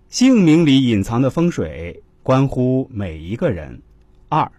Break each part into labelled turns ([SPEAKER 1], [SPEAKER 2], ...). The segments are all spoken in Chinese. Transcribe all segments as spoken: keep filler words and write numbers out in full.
[SPEAKER 1] 姓名里隐藏的风水，关乎每一个人。二、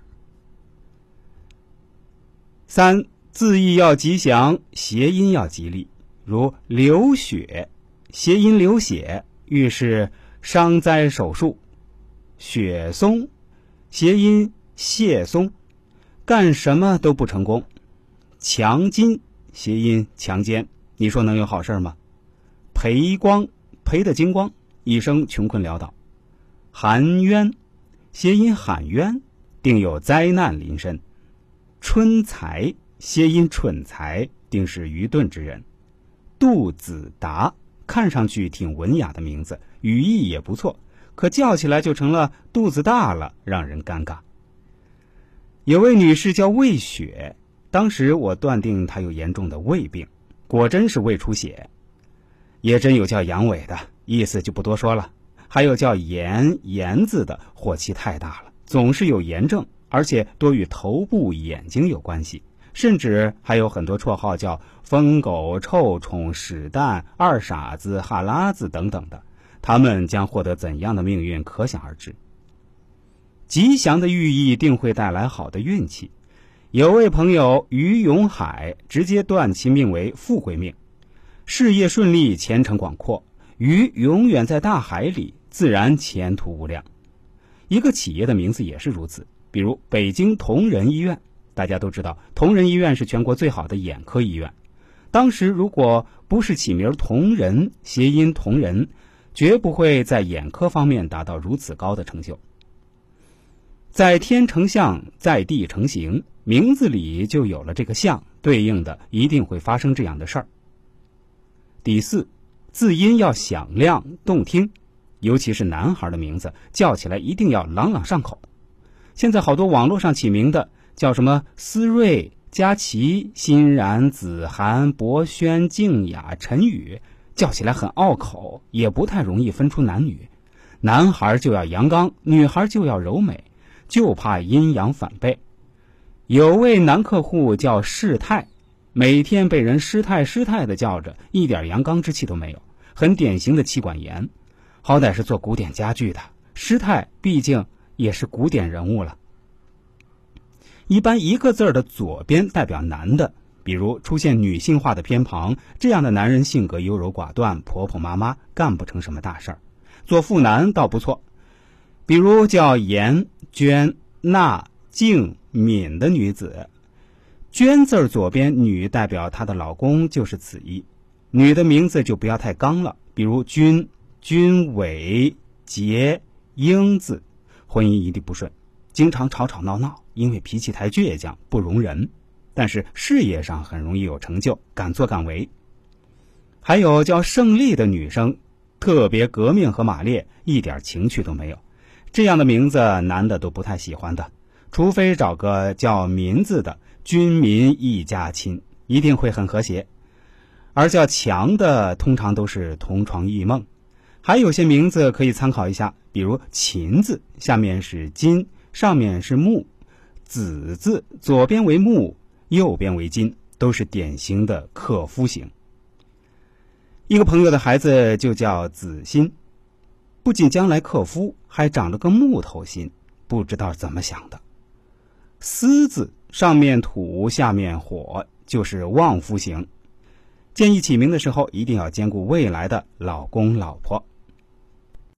[SPEAKER 1] 三、字义要吉祥，谐音要吉利。如流血，谐音流血，预示伤灾手术；雪松，谐音谢松，干什么都不成功；强金，谐音强奸，你说能有好事吗？赔光，赔得精光，一生穷困潦倒；含冤，谐音喊冤，定有灾难临身；春财，谐音蠢才，定是愚钝之人；杜子达，看上去挺文雅的名字，语义也不错，可叫起来就成了肚子大了，让人尴尬。有位女士叫魏雪，当时我断定她有严重的胃病，果真是胃出血。也真有叫阳痿的，意思就不多说了。还有叫炎炎字的，火气太大了，总是有炎症，而且多与头部眼睛有关系，甚至还有很多绰号叫疯狗、臭虫、屎蛋、二傻子、哈拉子等等的，他们将获得怎样的命运可想而知。吉祥的寓意定会带来好的运气。有位朋友于永海直接断其命为富贵命，事业顺利，前程广阔，鱼永远在大海里，自然前途无量。一个企业的名字也是如此，比如北京同仁医院，大家都知道同仁医院是全国最好的眼科医院，当时如果不是起名同仁，谐音同仁，绝不会在眼科方面达到如此高的成就。在天成象，在地成形，名字里就有了这个象，对应的一定会发生这样的事儿。第四，字音要响亮动听，尤其是男孩的名字叫起来一定要朗朗上口。现在好多网络上起名的叫什么思睿、佳琪、欣然、子涵、博轩、静雅、陈宇，叫起来很拗口，也不太容易分出男女。男孩就要阳刚，女孩就要柔美，就怕阴阳反背。有位男客户叫世泰，每天被人师太师太的叫着，一点阳刚之气都没有，很典型的妻管严。好歹是做古典家具的，师太毕竟也是古典人物了。一般一个字儿的左边代表男的，比如出现女性化的偏旁，这样的男人性格优柔寡断，婆婆妈妈，干不成什么大事儿。做妇男倒不错，比如叫严、娟、娜、静、敏的女子。娟字左边女代表她的老公，就是此意。女的名字就不要太刚了，比如君、君伟、杰、英字，婚姻一定不顺，经常吵吵闹闹，因为脾气太倔强，不容人。但是事业上很容易有成就，敢作敢为。还有叫胜利的女生，特别革命和马烈，一点情趣都没有。这样的名字男的都不太喜欢的，除非找个叫民字的，军民一家亲，一定会很和谐。而叫强的通常都是同床异梦。还有些名字可以参考一下，比如秦字下面是金，上面是木；子字左边为木，右边为金，都是典型的克夫型。一个朋友的孩子就叫子欣，不仅将来克夫，还长了个木头心，不知道怎么想的。思字上面土，下面火，就是旺夫型。建议起名的时候一定要兼顾未来的老公老婆。